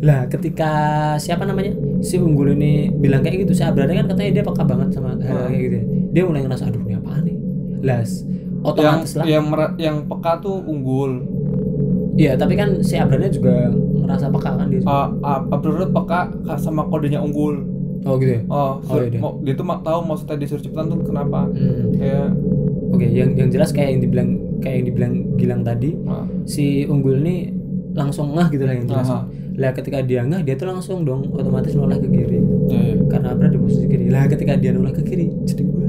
Lah ketika siapa namanya si Unggul ini bilang kayak gitu, si Abrarnya kan katanya dia peka banget sama hal kayak gitu ya. Dia mulai ngerasa aduh ini apaan nih. Lah otomatis lah. Yang peka tuh Unggul. Iya tapi kan si Abrarnya juga ngerasa peka kan dia. Abdur peka sama kodenya Unggul. Oh gitu ya. Iya. Dia tuh tahu maksudnya disuruh cepetan tuh kenapa. Kayak Oke, yang jelas kayak yang dibilang Gilang tadi, si Unggul ini langsung ngeh gitu lah yang jelas. Lah ketika dia ngeh, dia tuh langsung dong otomatis noleh ke kiri. Karena Abra di posisi kiri. Lah ketika dia noleh ke kiri, jadi gue.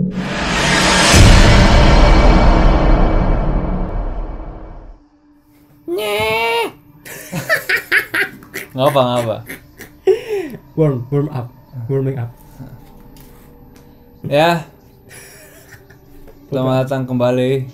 Nggak apa. Warming up. Ya. Selamat datang kembali.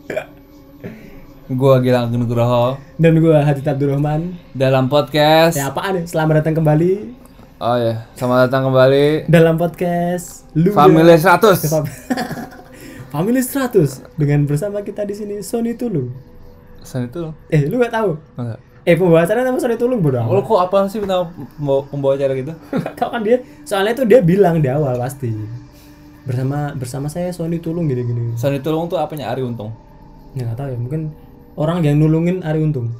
Gua Gilang Nugroho dan gua Hadid Abdurrahman dalam podcast. Ya apaan nih? Selamat datang kembali. Oh ya, selamat datang kembali dalam podcast Family 100. Family 100 dengan bersama kita di sini Sony Tulung. Sony Tulung? Lu enggak tahu? Enggak. Pembahasannya nama Sony Tulung bodoh. Lo kok apa sih pembawa acara gitu? Tahu kan dia, soalnya itu dia bilang di awal pasti. Bersama saya Sony Tulung gini-gini. Sony Tulung tuh apanya Ari Untung? Ya enggak tahu ya, mungkin orang yang nulungin Ari Untung.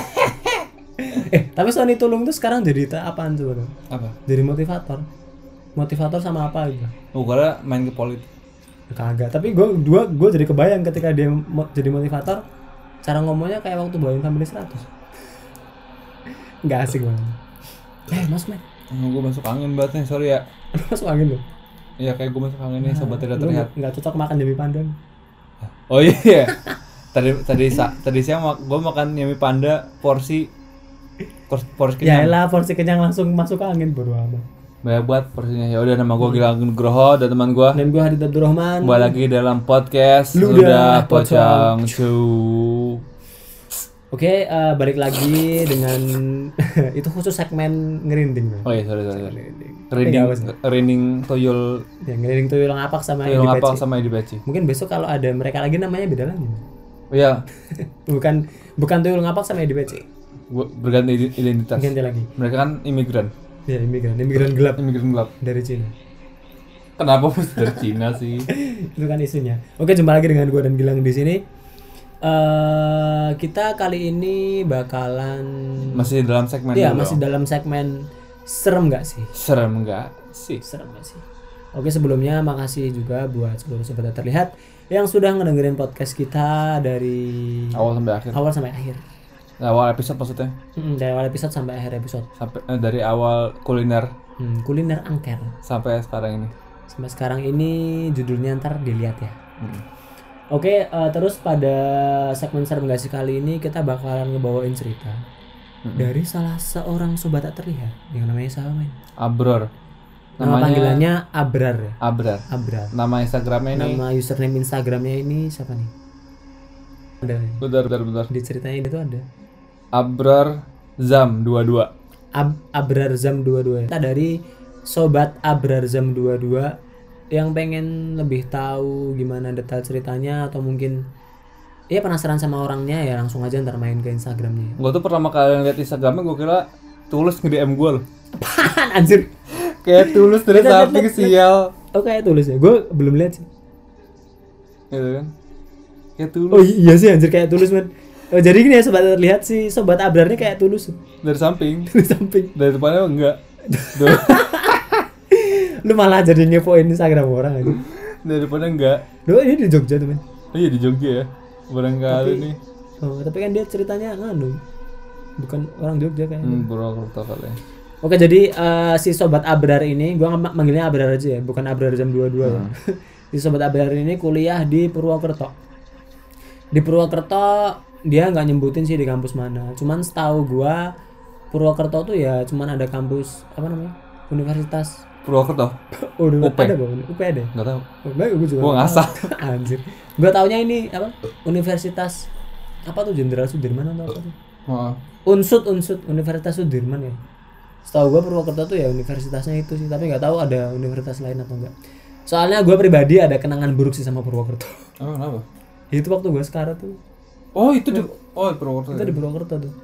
Tapi Sony Tulung tuh sekarang jadi apaan coba? Apa? Jadi motivator. Motivator sama apa gitu? Karena main ke politik. Kagak, tapi gue jadi kebayang ketika dia jadi motivator, cara ngomongnya kayak waktu bawain Family 100. Enggak asik banget. Mas men. Gue masuk angin banget nih, sorry ya. Masuk angin lo? Iya kayak gue masuk angin nih, sobat tidak terlihat. Nggak cocok makan Yami Panda. Oh iya. Tadi siang gue makan Yami Panda porsi kenyang. Ya elah, porsi kenyang langsung masuk angin bodo amat. Banyak banget porsinya. Ya udah, nama gue Gilang Nugroho dan teman gue. Dan gue Hadid Abdurrahman. Kembali lagi dalam podcast Ludah Pocong Cu. Oke, balik lagi dengan itu khusus segmen ngerinding. Oh iya, sorry. Rinding tuyul. Ya, ngerinding tuyul ngapak sama Edi Beci. Mungkin besok kalau ada mereka lagi namanya beda lagi. Oh iya. bukan tuyul ngapak sama Edi Beci. Berganti identitas. Ganti lagi. Mereka kan imigran. Ya, imigran gelap dari Cina. Kenapa harus dari Cina sih? Itu kan isunya. Oke, jumpa lagi dengan gue dan Gilang di sini. Kita kali ini bakalan masih dalam segmen. Iya, masih dalam segmen serem nggak sih? Serem nggak sih? Oke, sebelumnya makasih juga buat seluruh sobat terlihat yang sudah ngedengerin podcast kita dari awal sampai akhir. Awal episode maksudnya? Dari awal episode sampai akhir episode. Dari awal kuliner. Kuliner angker. Sampai sekarang ini. Sampai sekarang ini judulnya ntar dilihat ya. Oke, terus pada segmen serem gak sih kali ini kita bakalan ngebawain cerita dari salah seorang sobat tak terlihat yang namanya siapa men? Abrar. Nama panggilannya Abrar ya? Abrar. Nama Instagramnya ini? Nama username Instagramnya ini siapa nih? Ada. Bentar. Di ceritanya itu ada. Abrar Zam 22. Abrar Zam 22. Kita dari sobat Abrar Zam 22 yang pengen lebih tahu gimana detail ceritanya atau mungkin penasaran sama orangnya ya langsung aja ntar main ke Instagramnya. Gue tuh pertama kali lihat Instagramnya gue kira Tulus nge-DM gue loh. Apaan anjir? Kayak Tulus dari samping sial. Oh kayak Tulus ya? Gue belum lihat sih. Gitu kan? Kayak Tulus. Oh iya sih anjir kayak Tulus man. Oh, jadi gini ya sobat terlihat sih sobat Abrarnya kayak Tulus. Dari samping. Dari depannya enggak. Lu malah jadi ngepoin Instagram orang aja. Dari depannya enggak. Lu ini di Jogja tuh men. Oh iya di Jogja ya. Barangkali nih. Oh tapi kan dia ceritanya bukan orang Jogja kayaknya. Purwokerto kali. Oke, jadi si sobat Abrar ini gua manggilnya Abrar aja ya, bukan Abrar Jam 22 ya. Si sobat Abrar ini kuliah di Purwokerto. Di Purwokerto dia nggak nyebutin sih di kampus mana. Cuman setahu gua Purwokerto tuh ya cuman ada kampus apa namanya? Universitas Purwokerto. UP ada bang, UP ada. Nggak tahu. Gue ngasah. Anjir. Gue taunya ini apa? Universitas apa tuh Jenderal Sudirman atau apa tuh? Unsud Universitas Sudirman ya. Setahu gue Purwokerto tuh ya universitasnya itu sih, tapi nggak tahu ada universitas lain atau enggak. Soalnya gue pribadi ada kenangan buruk sih sama Purwokerto. Oh kenapa? Itu waktu gue sekarang tuh. Oh itu di Purwokerto. Itu di Purwokerto tuh.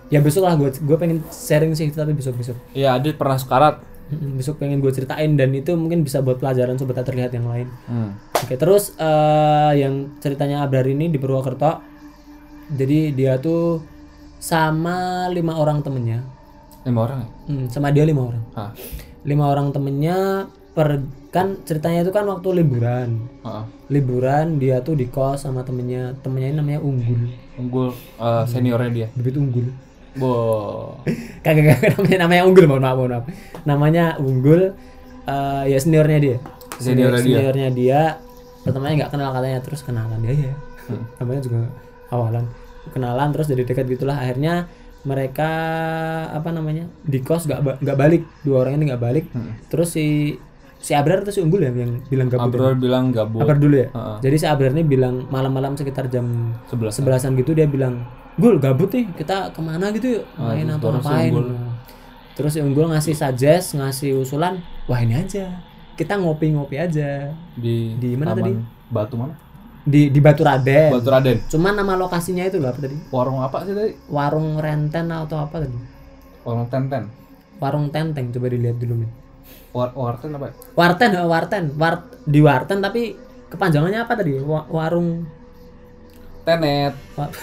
Ya besok lah gue pengen sharing sih tapi besok. Iya, Adit pernah sekarat. Besok pengen gue ceritain dan itu mungkin bisa buat pelajaran sobat tak terlihat yang lain. Oke, terus yang ceritanya Abrar ini di Purwokerto. Jadi dia tuh sama 5 orang temennya. 5 orang ya? Sama dia 5 orang. 5 orang temennya kan ceritanya itu kan waktu liburan. Liburan dia tuh di kos sama temennya ini namanya Unggul. Seniornya dia. Bibit Unggul. Kagak namanya Unggul, mohon maaf. Namanya Unggul, ya seniornya dia. Seniornya dia. Pertamanya nggak kenal katanya, terus kenalan dia ya. Namanya juga awalan. Kenalan terus jadi dekat gitulah. Akhirnya mereka di kos nggak balik, 2 orang ini nggak balik. Terus si Abrar atau si Unggul ya yang bilang gabut. Abrar bilang gabut. Abrar dulu ya. Jadi si Abrar ini bilang malam-malam sekitar jam 11-an gitu dia bilang, "Gul, gabut nih, kita kemana gitu yuk, main atau ngapain?" Terus si Unggul ngasih suggest, ngasih usulan, "Wah ini aja, kita ngopi-ngopi aja." Di mana tadi? Batu mana? Di Batu Raden. Cuman nama lokasinya itu apa tadi? Warung apa sih tadi? Warung Renten atau apa tadi? Warung Tenten. Warung Tenteng, coba dilihat dulu, men. Warten apa? Warten. Di Warten tapi kepanjangannya apa tadi? Warung Tenet.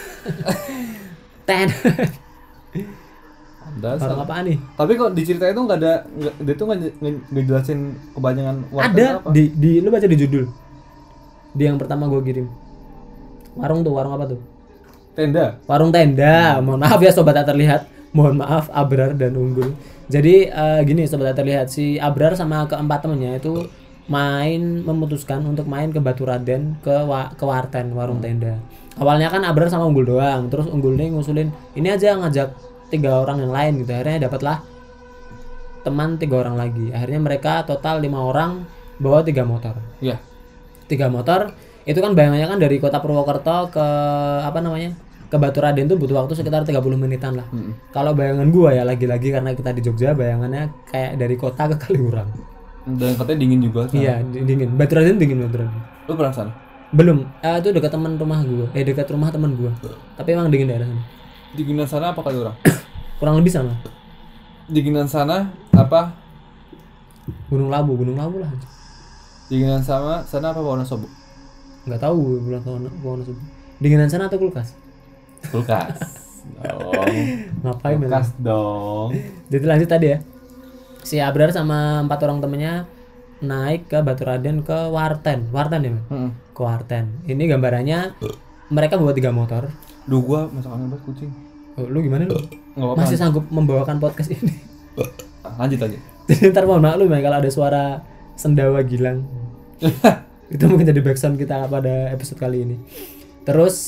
Warung apaan nih? Tapi kok di cerita itu dia tuh nggak jelasin kepanjangan warten ada apa? Di lu baca di judul. Di yang pertama gue kirim. Warung apa tuh? Tenda. Warung tenda. Mohon maaf ya sobat tak terlihat. Mohon maaf Abrar dan Unggul. Jadi gini sobat tak terlihat, si Abrar sama keempat temennya itu memutuskan untuk main ke Batu Raden ke Warten, warung tenda. Awalnya kan Abrar sama Unggul doang, terus Unggul nih ngusulin ini aja ngajak 3 orang yang lain gitu. Akhirnya dapatlah teman 3 orang lagi. Akhirnya mereka total 5 orang bawa 3 motor. Iya. 3 motor itu kan bayangannya kan dari kota Purwokerto ke ke Batu Raden tuh butuh waktu sekitar 30 menitan lah. Kalau bayangan gua ya lagi-lagi karena kita di Jogja, bayangannya kayak dari kota ke Kaliurang. Dan katanya dingin juga. Iya, dingin. Batu Raden dingin. Lu pernah sana? Belum. Itu dekat teman rumah gua. Dekat rumah teman gua. Tapi emang dingin daerah sana. Dinginan sana apa Kaliurang? Kurang lebih sama. Dinginan sana apa? Gunung Labu lah. Dinginan sana apa Wonosobo? Enggak tahu bilang Wonosobo. Dinginan sana atau kulkas? Kulkas. Dong. Ngapain kulkas dong. Jadi lanjut tadi ya. Si Abrar sama 4 orang temennya naik ke Batu Raden ke Warten ya, ke Warten. Ini gambarannya mereka bawa 3 motor. Duh, gua masak angin banget kucing. Lu gimana lu? Masih sanggup membawakan podcast ini? Lanjut aja. Jadi ntar mohon maklum ya kalau ada suara sendawa Gilang. Itu mungkin jadi backsound kita pada episode kali ini. Terus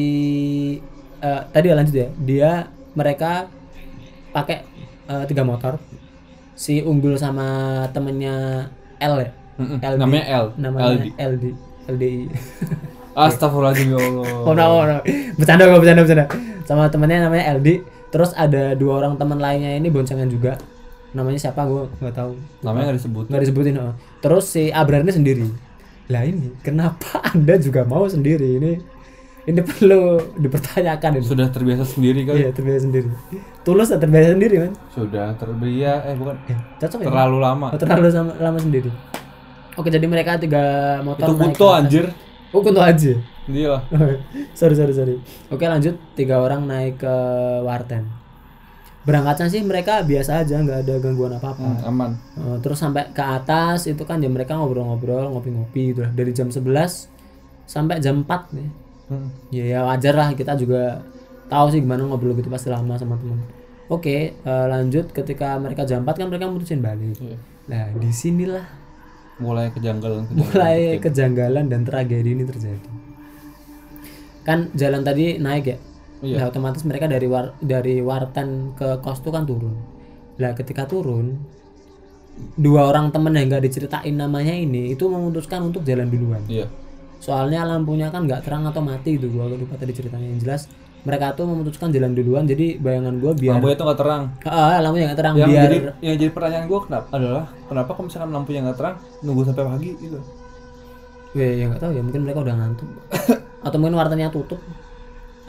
tadi lanjut ya. Mereka pakai 3 motor. Si Unggul sama temennya L ya. Namanya L. Namanya LDI. Astagfirullahaladzim ya Allah. Oh, bercanda. Sama temennya namanya LD. Terus ada 2 orang teman lainnya ini boncengan juga. Namanya siapa gue nggak tahu. Namanya nggak disebutin. Terus si Abrar ini sendiri. Lah ini kenapa Anda juga mau sendiri? Ini perlu dipertanyakan ini. Sudah terbiasa sendiri kan? Iya, terbiasa sendiri. Tulus terbiasa sendiri kan? Sudah terbiasa bukan. Cocok ya? Terlalu lama. Terlalu lama sendiri. Oke, jadi mereka 3 motor itu naik. Itu Kunto anjir. Oh, Kunto aja. Iya. sorry. Oke, lanjut 3 orang naik ke Warten. Berangkatnya sih mereka biasa aja, nggak ada gangguan apa-apa. Aman. Terus sampai ke atas itu kan ya mereka ngobrol-ngobrol, ngopi-ngopi gitu lah. Dari jam 11 sampai jam 4 nih. Ya wajar lah, kita juga tahu sih gimana ngobrol gitu pasti lama sama teman. Oke, lanjut ketika mereka jam 4 kan mereka mutusin balik. Nah, disinilah mulai kejanggalan dan tragedi ini terjadi. Kan jalan tadi naik ya. Iya. Nah, otomatis mereka dari Warten ke kos tuh kan turun. Lah ketika turun 2 orang temen yang nggak diceritain namanya ini itu memutuskan untuk jalan duluan. Iya. Soalnya lampunya kan nggak terang atau mati itu, gua lupa tadi ceritanya. Yang jelas mereka tuh memutuskan jalan duluan. Jadi bayangan gua biar lampunya tuh nggak terang. Lampunya nggak terang. Yang jadi pertanyaan gua kenapa kalau misalkan lampunya nggak terang nunggu sampai pagi gitu? Ya nggak tahu ya, mungkin mereka udah ngantuk. Atau mungkin wartannya tutup.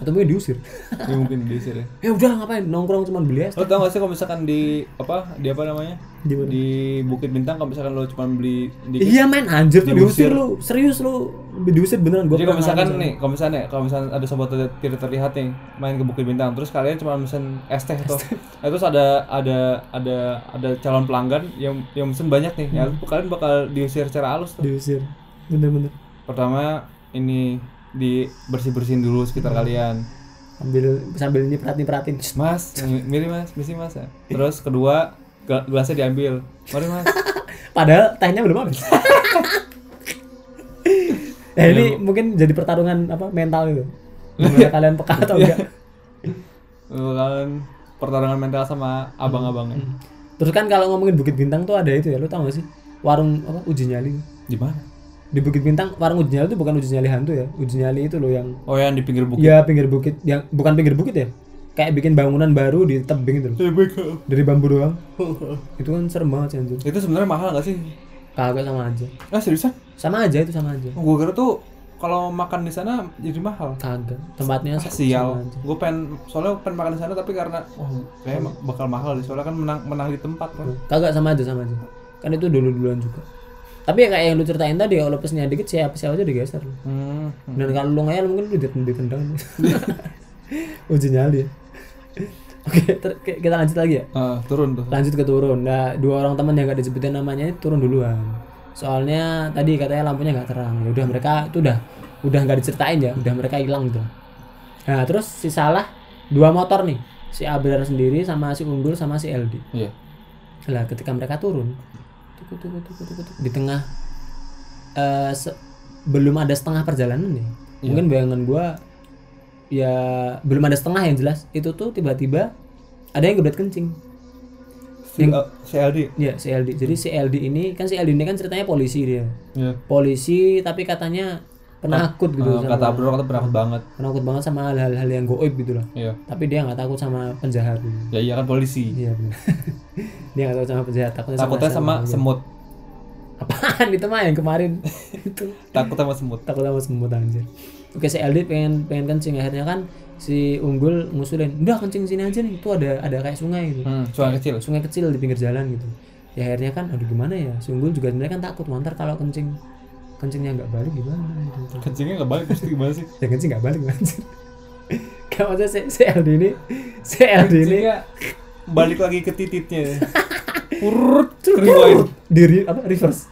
Atau mungkin diusir. Ya mungkin diusir ya. Ya udah ngapain nongkrong cuma beli es. Lo tau gak sih kalau misalkan di apa namanya? Di mana? Di Bukit Bintang kalau misalkan lo cuma beli Iya men, anjir tuh diusir diusir. lu. Serius lu. Diusir beneran gua. Jadi kalau pernah misalkan ngalamin nih, kalau misalkan ada sobat tidak terlihat nih main ke Bukit Bintang, terus kalian cuma mesen es teh tuh. Nah, terus ada calon pelanggan yang mesen banyak nih. Ya kalian bakal diusir secara halus tuh. diusir. Bener-bener. Pertama ini di bersih-bersihin dulu sekitar kalian. Sambil nyiprat-nyipratin. Mas, milih mas, misi mas ya. Terus kedua gelasnya diambil. Mari mas. Padahal tehnya belum habis. Nah ini mungkin jadi pertarungan apa mental gitu. Gimana kalian peka atau enggak? Kalian pertarungan mental sama abang-abangnya. Terus kan kalau ngomongin Bukit Bintang tuh ada itu ya, lu tau gak sih? Warung apa uji nyali. Di mana? Di Bukit Bintang warung uji nyali itu bukan uji nyali hantu ya. Uji nyali itu loh yang Oh yang di pinggir bukit. ya pinggir bukit, yang bukan pinggir bukit ya. Kayak bikin bangunan baru di tebing itu loh. Dari bambu doang. Itu kan serem banget sih anjir. Itu sebenarnya mahal nggak sih? Kagak sama aja. Ah seriusan? Sama aja itu sama aja. Gue kira tuh kalau makan di sana jadi mahal. Kagak. Tempatnya Sial. sama aja. Gue soalnya pengen makan di sana tapi karena kayaknya bakal mahal deh. Soalnya kan menang di tempat kan. Kagak sama aja. Kan itu duluan juga. Tapi ya kayak yang lu ceritain tadi, kalau pesnya dikit siapa aja digeser. Dan kalau lu ngeyel mungkin lu ditendang. Uji nyali ya. Oke, kita lanjut lagi ya. Turun tuh. Lanjut ke turun. Nah, 2 orang teman yang gak disebutin namanya ini turun duluan. Soalnya tadi katanya lampunya nggak terang. Ya udah mereka itu udah nggak diceritain ya, udah mereka hilang gitu. Nah, terus si Salah 2 motor nih. Si Abrar sendiri sama si Unggul sama si LD. Iya. Lah ketika mereka turun di tengah belum ada setengah perjalanan ya. Mungkin bayangan gua ya belum ada setengah yang jelas. Itu tuh tiba-tiba ada yang gebet kencing. Si LD. Ya, si LD. Jadi si LD ini kan ceritanya polisi dia. Iya. Polisi tapi katanya penakut gitu Kata Abrar kata penakut banget. Penakut banget sama hal-hal yang goib gitu lah. Iya. Tapi dia nggak takut sama penjahat. Ya iya kan polisi. Iya benar. Dia nggak takut sama penjahat, Takutnya sama semut. Apaan itu mah yang kemarin itu. Takut sama semut. Takut sama semut anjir. Oke, si LD pengen kencing, akhirnya kan si Unggul ngusulin, udah kencing sini aja nih, itu ada kayak sungai gitu. Sungai kecil di pinggir jalan gitu. Ya akhirnya kan aduh gimana ya, si Unggul juga sebenarnya kan takut ntar kalau kencingnya nggak balik gimana gitu. Kencingnya nggak balik pasti gimana sih? Ya kencing nggak balik anjir. Kayak maksudnya si LD ini balik lagi ke tititnya. Rewind. Reverse.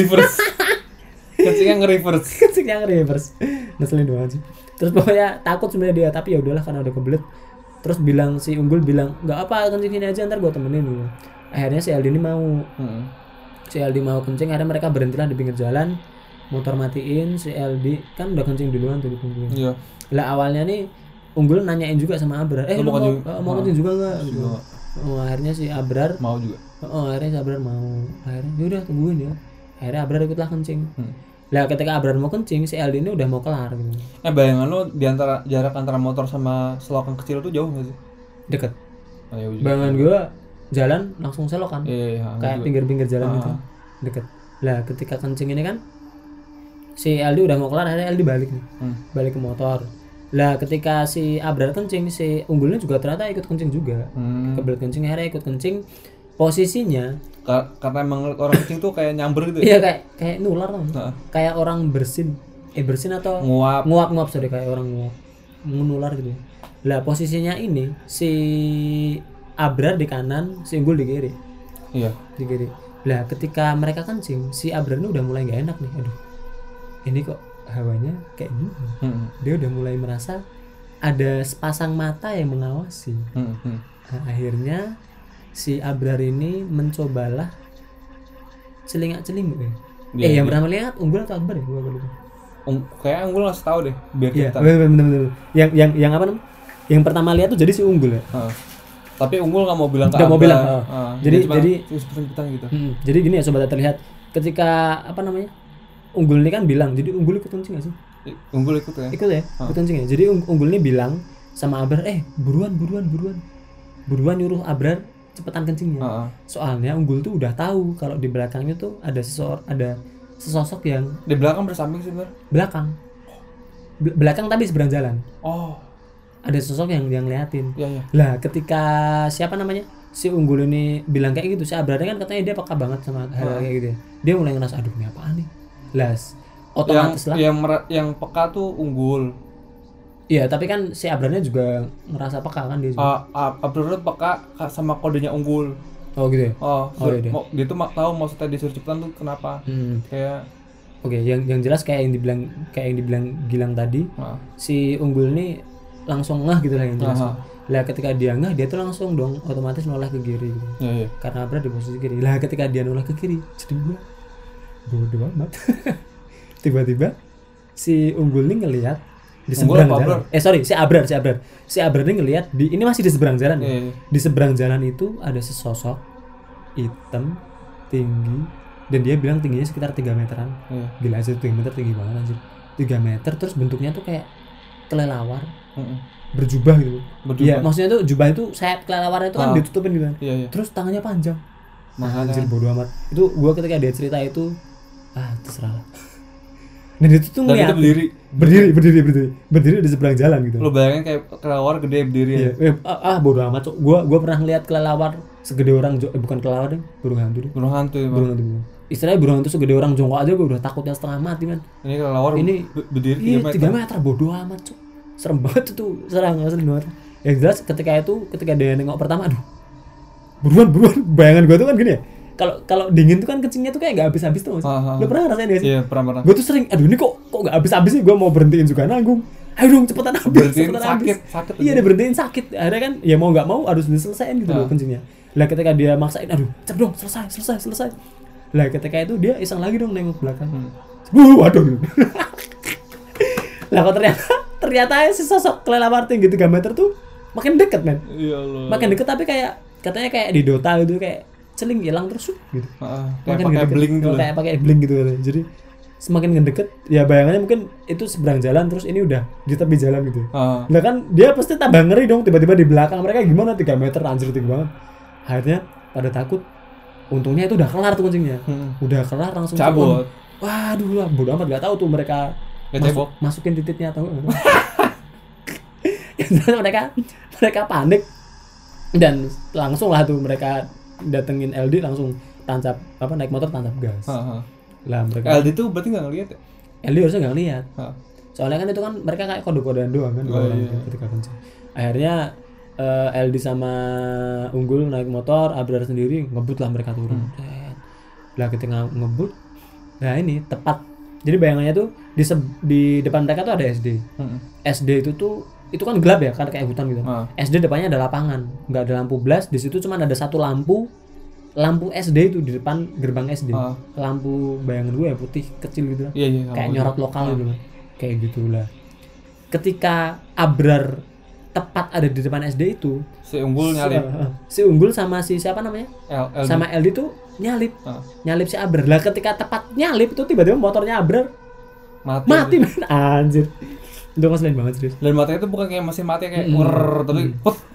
Kencingnya nge-reverse. Ngeselin banget sih. Terus pokoknya takut sebenarnya dia, tapi ya udahlah karena udah kebelet. Terus si Unggul bilang, "Enggak apa, kencing sini aja ntar gua temenin." Gitu. Akhirnya si LD ini mau. Si LD mau kencing, akhirnya mereka berhentilah di pinggir jalan. Motor matiin, si LD kan udah kencing duluan tuh di pinggir. Iya. Lah awalnya nih Unggul nanyain juga sama Abrar, mau kencing juga enggak gitu. Akhirnya si Abrar mau juga. Akhirnya si Abrar mau. Akhirnya yaudah tungguin ya. Akhirnya Abrar ikutlah kencing. Lah ketika Abrar mau kencing, si LD ini udah mau kelar gitu. Bayangan lo jarak antara motor sama selokan kecil itu jauh nggak sih? Deket. Bayangan gua jalan langsung selokan. Kayak pinggir-pinggir jalan gitu. Deket. Lah ketika kencing ini kan si LD udah mau kelar, akhirnya LD balik nih. Balik ke motor. Lah ketika si Abrar kencing, si Unggulnya juga ternyata ikut kencing juga. Kebelet kencing, akhirnya ikut kencing. Posisinya karena emang orang kencing tuh kayak nyamber gitu. Iya kayak nular kan. Kayak orang bersin atau nguap sorry, kayak orang nguap. Menular gitu. Lah posisinya ini si Abrar di kanan, si Unggul di kiri. Iya. Di kiri. Lah ketika mereka kencing, si Abrar ini udah mulai enggak enak nih. Aduh. Ini kok hawanya kayak gini. Dia udah mulai merasa ada sepasang mata yang mengawasi. Nah, akhirnya si Abrar ini mencobalah celingak-celinguk ya. Yang pertama lihat Unggul atau Abrar ya? Gua lupa. Kayak Unggul ngasih tahu deh biar kita. Bener. Yang apa namanya? Yang pertama lihat tuh jadi si Unggul ya. Tapi Unggul nggak mau bilang ke Abrar. Nggak mau bilang. Jadi gitu. Jadi gini ya sobat terlihat ketika apa namanya? Unggul ini kan bilang, jadi Unggul ikut kencing gak sih? Unggul ikut ya? Ikut kencing ya. Jadi Unggul ini bilang sama Abrar, buruan nyuruh Abrar cepetan kencingnya. Soalnya Unggul tuh udah tahu kalau di belakangnya tuh ada sesosok yang di belakang bersamping sih, Bar? Belakang tapi seberang jalan. ada sosok yang ngeliatin. Iya. Lah ketika siapa namanya si Unggul ini bilang kayak gitu, si Abrar kan katanya dia peka banget sama hal kayak gitu ya. Dia mulai ngerasa aduh ini apaan nih. Lah otomatis lah. Yang peka tuh Unggul. Iya, tapi kan si Abrarnya juga ngerasa peka kan dia juga. Abrar peka sama kodenya Unggul. Oh gitu ya. Iya. Dia tuh tahu maksudnya disuruh cepetan tuh kenapa. Kayak Oke, yang jelas kayak yang dibilang Gilang tadi, si Unggul ini langsung ngeh gitu lah yang jelas. Lah ketika dia ngeh, dia tuh langsung dong otomatis noleh ke kiri gitu. Iya. Karena Abrar di posisi kiri. Lah ketika dia noleh ke kiri, jadi gua bodoh amat. Tiba-tiba si Unggul ini ngelihat di seberang jalan. Si Abrar. Si Abrar ini ngelihat ini masih di seberang jalan. Iya. Di seberang jalan itu ada sesosok hitam tinggi dan dia bilang tingginya sekitar 3 meteran. Gila aja 3 meter tinggi banget anjir. 3 meter terus bentuknya tuh kayak kelelawar. Berjubah gitu. Iya, maksudnya tuh jubah itu sayap kelelawarnya itu kan ditutupin gitu kan. Iya. Terus tangannya panjang. Anjir bodo amat. Itu gua ketika dia cerita itu terserah lah. Dan itu tuh ngeliat berdiri di seberang jalan gitu. Lo bayangin kayak kelelawar gede berdiri ya. Bodo amat, Cok. Gua pernah ngeliat kelelawar segede orang bukan kelelawar deh, burung hantu deh. Burung hantu. Istilahnya burung hantu segede orang jongkok aja gua udah takutnya setengah mati man. Ini kelelawar berdiri 3 meter. 3 meter bodo amat, Cok. Serem banget itu, serem banget. Yang jelas ketika dia nengok pertama, aduh. Buruan, bayangan gua tuh kan gini ya. Kalau dingin tuh kan kencingnya tuh kayak gak habis-habis tuh. Lo pernah ngerasain gak sih? Iya, pernah. Gue tuh sering, aduh ini kok gak habis-habis sih, gue mau berhentiin juga nanggung. Ayo dong cepetan habis. Sakit. Iya, dia berhentiin sakit. Akhirnya kan ya mau gak mau harus diselesain gitu loh kencingnya. Lah ketika dia maksain, aduh cepet dong selesai. Lah ketika itu dia iseng lagi dong nengok belakang. Waduh. Lah kok ternyata si sosok kelelawar tinggi 3 meter tuh makin deket men. Ya Allah. Makin deket tapi katanya kayak di Dota gitu kayak celing hilang terus gitu. Kayak pakai blink gitu. Kayak pakai blink gitu. Jadi semakin ngedeket ya bayangannya mungkin itu seberang jalan terus ini udah di tepi jalan gitu. Lah kan dia pasti tambah ngeri dong tiba-tiba di belakang mereka gimana 3 meter anjir tinggi banget. Akhirnya pada takut. Untungnya itu udah kelar tuh kucingnya. Udah kelar langsung cabut. Waduh, bodo amat gak tahu tuh mereka masukin titiknya atau enggak. mereka panik dan langsung lah tuh mereka datengin LD langsung naik motor tancap gas. Lah mereka LD tuh berarti nggak ngelihat ya? LD harusnya nggak ngelihat. Soalnya kan itu kan mereka kayak kode-kodean doang kan ketika kencing. Akhirnya LD sama Unggul naik motor, Abrar sendiri ngebut lah mereka turun. Lah ketika ngebut, nah ini tepat. Jadi bayangannya tuh di depan mereka tuh ada SD. SD itu kan gelap ya, kan kayak hutan gitu. SD depannya ada lapangan, nggak ada lampu blast. Di situ cuma ada satu lampu SD itu di depan gerbang SD. Lampu bayangan gue ya putih kecil gitu. Kayak nyorot lokal gitu. Kayak gitulah. Ketika Abrar tepat ada di depan SD itu, si Unggul nyalip. Si Unggul sama si siapa namanya? LD. Sama LD tuh nyalip. Nyalip si Abrar. Lah ketika tepat nyalip itu tiba-tiba motornya Abrar mati men. Anjir. Itu ngeselin banget serius. Dan matanya itu bukan kayak mesin mati kayak tapi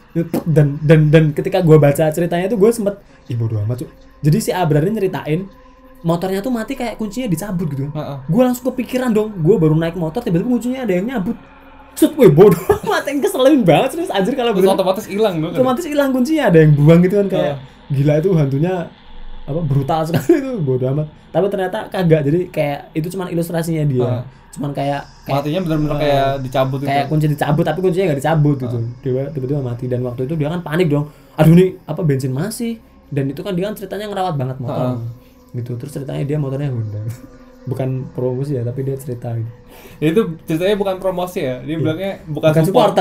dan ketika gue baca ceritanya itu gue sempet bodo amat Cuk. Jadi si Abrar ini nyeritain motornya tuh mati kayak kuncinya dicabut gitu. Gue langsung kepikiran dong, gue baru naik motor tiba-tiba kuncinya ada yang nyabut. Bodoh amat, yang keselin banget serius anjir kalau bener. Otomatis hilang dong. Otomatis hilang kuncinya, ada yang buang gitu kan kayak gila itu hantunya brutal sekali itu, bodoh amat. Tapi ternyata kagak, jadi kayak itu cuman ilustrasinya dia. Cuman kayak matinya benar-benar kayak dicabut gitu. Kayak kunci dicabut tapi kuncinya enggak dicabut gitu. Dia tiba-tiba mati dan waktu itu dia kan panik dong. Aduh nih bensin masih. Dan itu kan dia kan ceritanya ngerawat banget motor. Gitu. Terus ceritanya dia motornya Honda. Bukan promosi ya, tapi dia cerita gitu. Itu ceritanya bukan promosi ya. Dia bilangnya bukan supporter.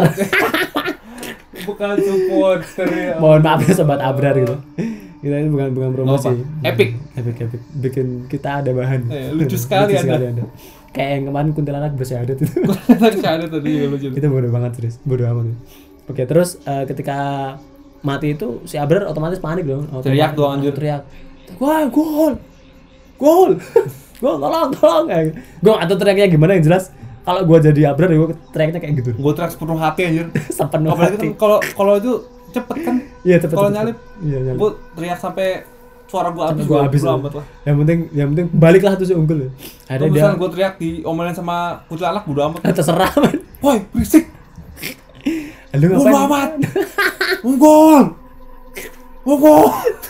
Bukan supporter ya. Mohon maaf ya sobat Abrar gitu. Kita ini bukan promosi. Epic. Bikin kita ada bahan. Lucu sekali Anda. Kayak yang kemarin kuntilanak bersyahadat itu. Bersyahadat tadi juga lucu. Itu bodoh banget serius. Bodoh amat. Oke, terus ketika mati itu si Abrar otomatis panik dong. Teriak doang anjir. Wah, gol. Gol, tolong. Gue atau teriaknya gimana yang jelas. Kalau gue jadi Abrar gue teriaknya kayak gitu. Gue teriak sepenuh hati anjir. Sepenuh apalagi hati. Kan kalau itu cepet kan. Iya cepet. Kalau nyalip, gue teriak sampai suara gue habis lah. Yang penting baliklah tuh si Unggul. Ada dia. Gue teriak diomelin sama kuntilanak bodo amat. Terserah man. Woi berisik. Lu Bodo ngapain? amat. Unggul. Unggul.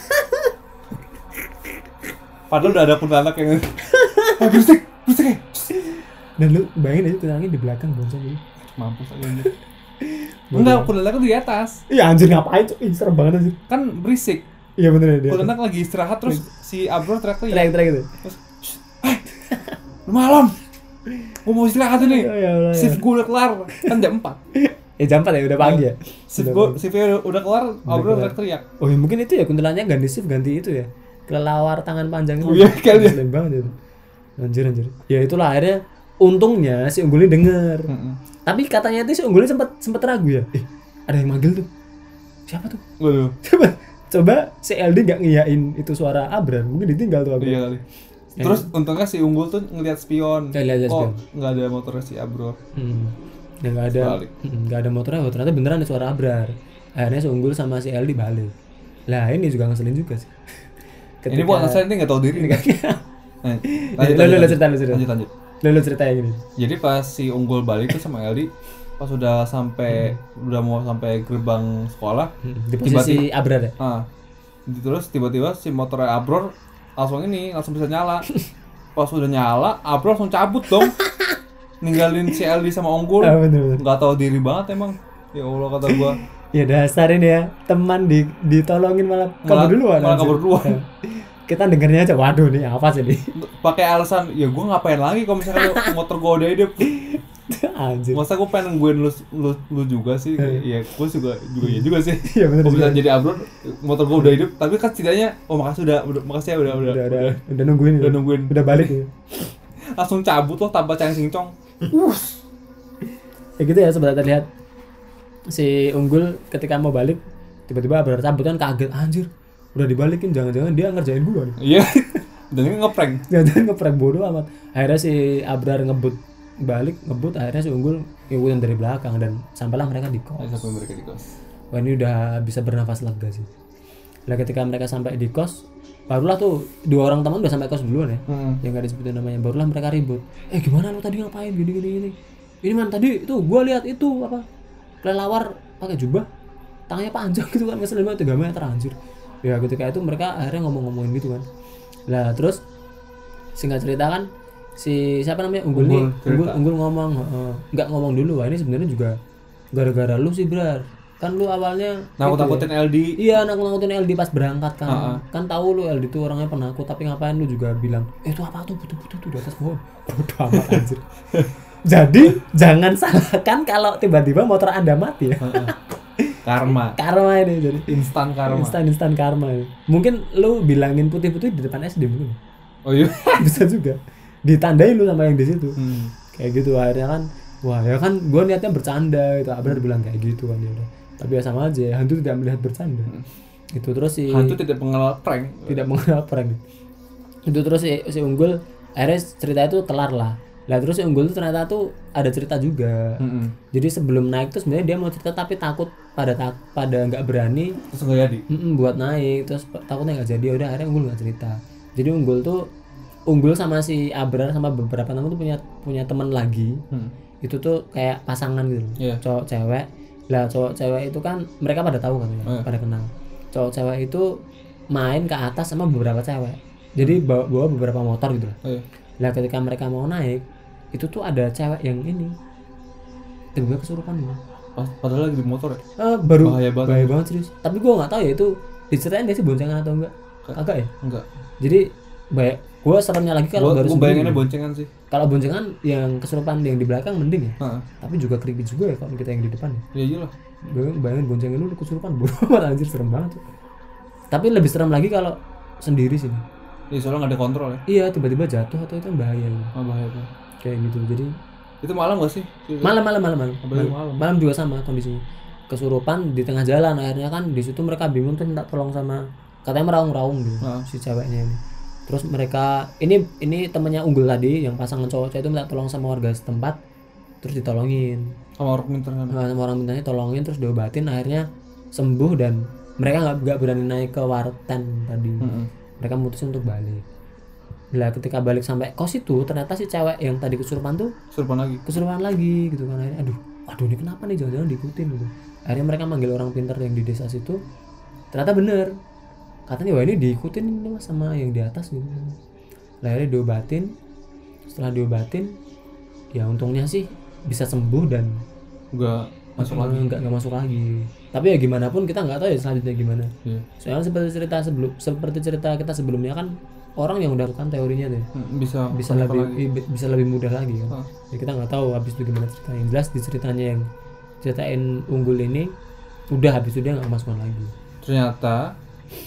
Padahal udah ada kuntilanak yang berisik ya. Dan lu bayangin aja kuntilanaknya di belakang bonceng gitu. Mampus aja anjir. Enggak, kuntilanak tuh di atas. Iya anjir ngapain Cuk? Ih, serem banget anjir. Kan berisik. Iya bener ya dia. Kuntilanak lagi istirahat terus si Abror teriak-teriak. Teriak-teriak gitu. Terus, udah malam. Gue mau istirahat ini. Ya Allah, ya. Shift gue udah kelar. Kan jam 4. Ya jam 4 ya udah pagi ya. Shift-nya udah kelar, Abror kelar. teriak-teriak. Oh ya mungkin itu ya kuntilanaknya ganti shift ganti itu ya. Kelelawar tangan panjang itu. Oh, iya, kali ya. Slim banget itu. Anjir. Ya itulah akhirnya untungnya si Unggul ini denger. Tapi katanya itu si Unggul ini sempet ragu ya. Ada yang manggil tuh. Siapa tuh? Waduh. Coba si LD nggak ngiyain itu suara Abrar, mungkin ditinggal tuh Abrar. Iya kali. Terus untungnya si Unggul tuh ngeliat spion. Lihat Kok spion. nggak ada motornya si Abror. Ya nggak ada motornya, oh, ternyata beneran ada suara Abrar. Akhirnya si Unggul sama si LD balik. Lah ini juga ngeselin juga sih. Ini bukan saya ini nggak tahu diri kan. Lanjut cerita. Lanjut. Lu cerita yang ini. Jadi pas si Unggul balik tuh sama Eldi, pas udah mau sampai gerbang sekolah, Di posisi Abrar ya. Terus tiba-tiba si motornya Abror langsung bisa nyala. Pas udah nyala, Abror langsung cabut dong. Ninggalin si Eldi sama Unggul. Bener. Nggak tahu diri banget emang. Ya Allah kata gua. Ya dasar ini ya, teman ditolongin malah kabur duluan. Malah kabur duluan. Kita dengernya aja, waduh nih apa sih nih? Pakai alasan, ya gua ngapain lagi kalau misalnya motor gua udah hidup. Anjir. Masa gua pengen nungguin lu juga sih? Ya gua juga sih. Iya bener. Kalau misalnya jadi Abror, motor gua udah hidup, tapi kan setidaknya, makasih ya Udah nungguin. Udah balik ya. Langsung cabut loh tanpa cang singcong. Ya gitu ya sobat terlihat. Si Unggul ketika mau balik tiba-tiba Abrar cabut kan kaget, anjir udah dibalikin, jangan-jangan dia ngerjain gua nih. Iya. Dan ini ngeprank. Jangan ngeprank bodoh amat. Akhirnya si Abrar ngebut, akhirnya si Unggul ngikutin dari belakang dan sampailah mereka di kos. Sampai mereka di kos. Wah ini udah bisa bernafas lega sih. Lah ketika mereka sampai di kos, barulah tuh dua orang teman udah sampai kos duluan ya. Yang nggak disebutin namanya, barulah mereka ribut. Gimana lu tadi ngapain gini. Ini man tadi itu gua lihat itu apa? Kelelawar pakai jubah, tangannya panjang gitu kan, ngeselin banget 3 meter anjir. Ya ketika itu mereka akhirnya ngomongin gitu kan. Lah terus singkat cerita kan si siapa namanya Unggul ngomong nggak ngomong dulu, wah ini sebenarnya juga gara-gara lu sih Brar. Kan lu awalnya nakut-nakutin ya. LD. Iya, nakut-nakutin LD pas berangkat kan. Kan tahu lu LD tuh orangnya penakut, tapi ngapain lu juga bilang, itu apa tuh butuh tuh di atas pohon. Bodoh amat anjir. Jadi jangan salahkan kalau tiba-tiba motor Anda mati ya. Karma ini jadi Instan karma ini. Mungkin lu bilangin putih-putih di depan SD mungkin. Oh iya. Bisa juga. Ditandain lu sama yang di situ. Kayak gitu akhirnya kan. Wah, ya kan gua niatnya bercanda itu. Abrar bilang kayak gitu kan ya udah. Tapi ya sama aja, hantu tidak melihat bercanda. Itu terus si hantu tidak mengenal prank. Itu terus si Unggul akhirnya cerita itu kelar lah. Lah terus si Unggul tuh ternyata tuh ada cerita juga. Jadi sebelum naik tuh sebenarnya dia mau cerita tapi takut pada nggak berani. Terus nggak jadi. Buat naik, terus takutnya nggak jadi. Udah akhirnya Unggul nggak cerita. Jadi Unggul sama si Abrar sama beberapa teman tuh punya teman lagi. Itu tuh kayak pasangan gitu. Cowok cewek. Lah cowok cewek itu kan mereka pada tahu kan ya, pada kenal. Cowok cewek itu main ke atas sama beberapa cewek. Jadi bawa beberapa motor gitu lah. Lah ketika mereka mau naik, itu tuh ada cewek yang ini tiba-tiba kesurupan gitu. Padahal lagi di motor ya? Baru bahaya banget serius. Tapi gue nggak tahu ya itu diceritain dia sih boncengan atau enggak. Agak ya? Enggak. Jadi gue seremnya lagi kalau baru gue bayanginnya boncengan sih. Kalau boncengan yang kesurupan yang di belakang mending ya. Tapi juga creepy juga ya kalau kita yang di depan ya. Iya iyalah. Bayangin boncengin lu kesurupan, bodoh amat anjir, serem banget tuh. Tapi lebih serem lagi kalau sendiri sih. Iya soalnya nggak ada kontrol ya. Iya tiba-tiba jatuh atau itu kan bahaya gitu. Bahaya tuh. Kayak gitu jadi. Itu malam gak sih? Malam juga sama kondisinya. Kesurupan di tengah jalan, akhirnya kan di situ mereka bingung tuh minta tolong sama, katanya meraung-raung gitu si ceweknya ini. Terus mereka ini temennya Unggul tadi yang pasangan cowok itu minta tolong sama warga setempat, terus ditolongin sama orang mintanya tolongin, terus diobatin, akhirnya sembuh dan mereka nggak berani naik ke warten tadi. Mereka mutusin untuk balik. Lah ketika balik sampai kos itu ternyata si cewek yang tadi kesurupan tuh kesurupan lagi gitu kan. Akhirnya aduh waduh ini kenapa nih, jangan-jangan diikutin gitu. Akhirnya mereka manggil orang pintar yang di desa situ, ternyata bener katanya, wah ini diikutin ini mas sama yang di atas gitu. Akhirnya diobatin, setelah diobatin ya untungnya sih bisa sembuh dan nggak masuk lagi. nggak masuk lagi. Tapi ya gimana pun kita nggak tahu ya selanjutnya gimana. Soalnya seperti cerita kita sebelumnya kan, orang yang udah lakukan teorinya tuh bisa lebih mudah lagi kan. Ya kita nggak tahu habis itu gimana cerita. Yang jelas di ceritanya yang ceritain Unggul ini udah habis itu dia nggak kemasukan lagi. Ternyata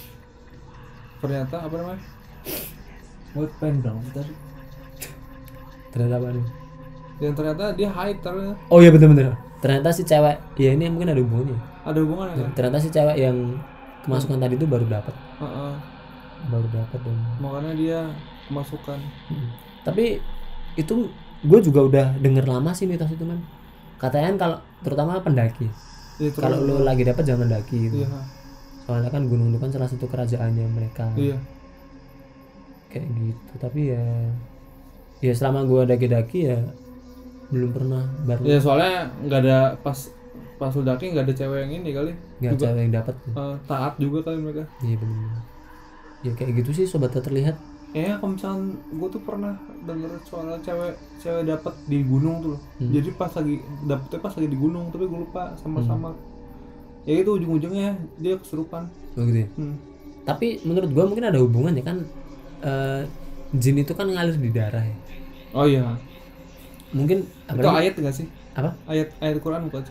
apa namanya? Buat pendang tadi. Ternyata apa nih? Yang ternyata dia haid ternyata. Oh iya bener-bener. Ternyata si cewek, ya ini mungkin ada hubungannya. Ada hubungannya kan? Ternyata si cewek yang kemasukan tadi itu baru dapat. Baru dapat dan makanya dia kemasukan. Tapi itu gue juga udah denger lama sih mitos itu man. Katanya kalau terutama pendaki. Ya, kalau lo lagi dapat jangan mendaki gitu. Iya. Soalnya kan gunung itu kan salah satu kerajaannya mereka. Iya. Kayak gitu. Tapi ya selama gue daki-daki ya belum pernah baru. Ya soalnya nggak ada pas lu daki nggak ada cewek yang ini kali. Nggak ada cewek yang dapat. Taat juga kali mereka. Iya benar. Ya kayak gitu sih sobat tak terlihat. Kalau misalnya gue tuh pernah denger soal cewek dapat di gunung tuh loh. Jadi pas lagi dapetnya pas lagi di gunung, tapi gue lupa sama-sama. Ya itu ujung-ujungnya dia kesurupan. Oh gitu ya? Tapi menurut gue mungkin ada hubungannya kan, jin itu kan ngalir di darah ya. Oh iya. Mungkin itu ayat nggak sih? Apa? Ayat Quran bukan sih?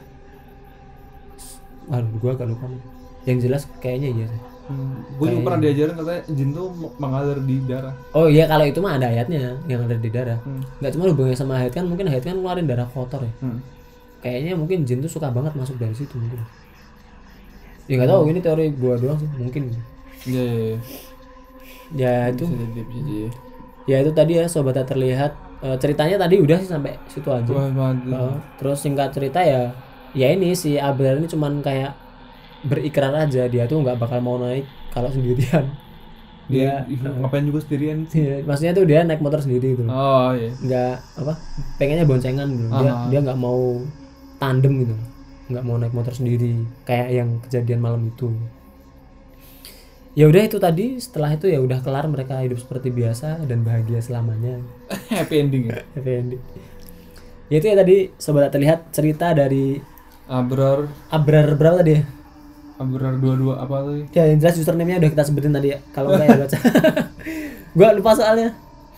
Waduh gue agak lupa nih. Yang jelas kayaknya iya sih. Gue juga pernah diajarin katanya jin tuh mengalir di darah. Oh iya kalau itu mah ada ayatnya yang ada di darah. Nggak cuma hubungannya sama ayat kan, mungkin ayat kan ngeluarin darah kotor ya. Kayaknya mungkin jin tuh suka banget masuk dari situ mungkin. Ya nggak tahu, ini teori gue doang sih mungkin. Iya. Ya itu. Ya itu tadi ya sobat tak terlihat. Ceritanya tadi udah sih sampai situ aja. Terus singkat cerita ya ini si Abrar ini cuman kayak berikrar aja dia tuh nggak bakal mau naik kalau sendirian. Dia ngapain juga sendirian? Iya, maksudnya tuh dia naik motor sendiri gitu. Oh iya. Nggak pengennya boncengan gitu. Dia nggak mau tandem gitu. Nggak mau naik motor sendiri kayak yang kejadian malam itu. Ya udah itu tadi, setelah itu ya udah kelar, mereka hidup seperti biasa dan bahagia selamanya. Happy ending ya. Happy ending. Ya itu ya tadi sobat terlihat cerita dari Abrar berapa tadi ya? Abrar 22 apa tadi? Ya yang jelas username-nya udah kita sebutin tadi ya. Kalau enggak ya baca. Gua lupa soalnya.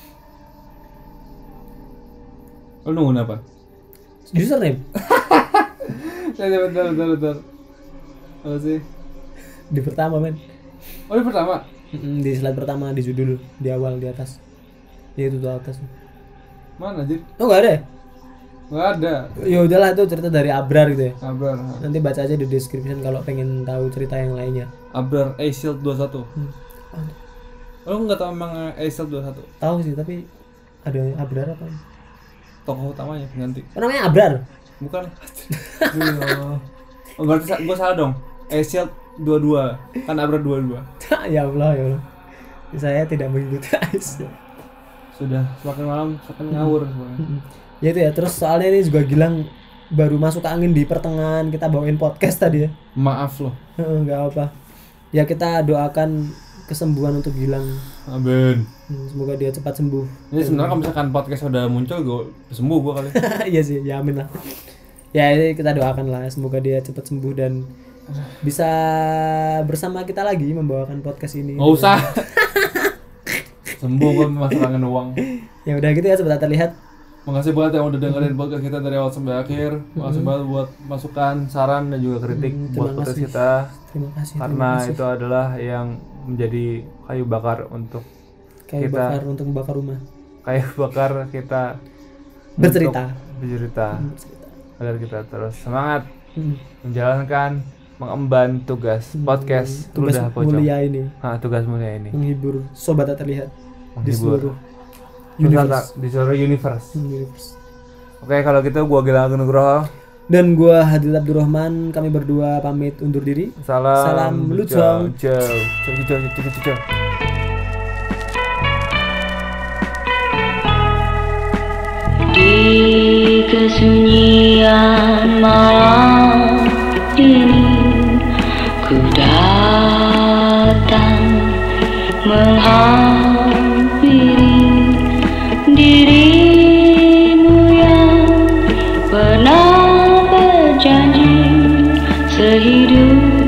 Lu nungguin apa? Username. Bentar. Apa sih? Di pertama men. Oh di pertama? Di slide pertama, di judul, di awal, di atas. Ya itu tuh atas. Mana anjir? Oh enggak ada? Enggak ada. Ya udahlah, itu cerita dari Abrar gitu ya. Abrar. Nanti baca aja di description kalau pengen tahu cerita yang lainnya. Abrar A-Shield 21. Lo enggak tahu emang A-Shield 21? Tahu sih, tapi ada Abrar apa? Tokoh utamanya pengganti. Namanya Abrar? Bukan. Oh, berarti gue salah dong. A-Shield 22. Kan Abrar 22. Ya Allah. Saya tidak mengikuti A-Shield. Sudah semakin malam semakin ngawur semuanya. Ya itu ya, terus soalnya ini juga Gilang baru masuk angin di pertengahan kita bawain podcast tadi ya. Maaf loh. Enggak apa. Ya kita doakan kesembuhan untuk Gilang. Amin. Semoga dia cepat sembuh. Ini sebenarnya kalau misalkan podcast udah muncul gue sembuh gue kali. Iya sih, ya amin lah. Ya ini kita doakan lah, semoga dia cepat sembuh dan bisa bersama kita lagi membawakan podcast ini. Nggak usah. Sembuh gue masalahkan uang. Ya udah gitu ya sobat terlihat. Makasih banget yang udah dengerin podcast kita dari awal sampai akhir. Makasih banget buat masukan, saran dan juga kritik buat podcast kita. Terima kasih. Karena itu adalah yang menjadi kayu bakar untuk bakar untuk membakar rumah. Kayu bakar kita bercerita. Agar kita terus semangat menjalankan, mengemban tugas podcast Ludah Pocong mulia ini. Tugas mulia ini. Menghibur sobat tak terlihat di seluruh universe. Oke, kalau gitu gua Gilang Nugroho dan gua Hadil Abdurrahman, kami berdua pamit undur diri. Salam lucong. Ciao. Di kesunyian Dan malam ini ku datang menghampiri dirimu yang pernah berjanji sehidup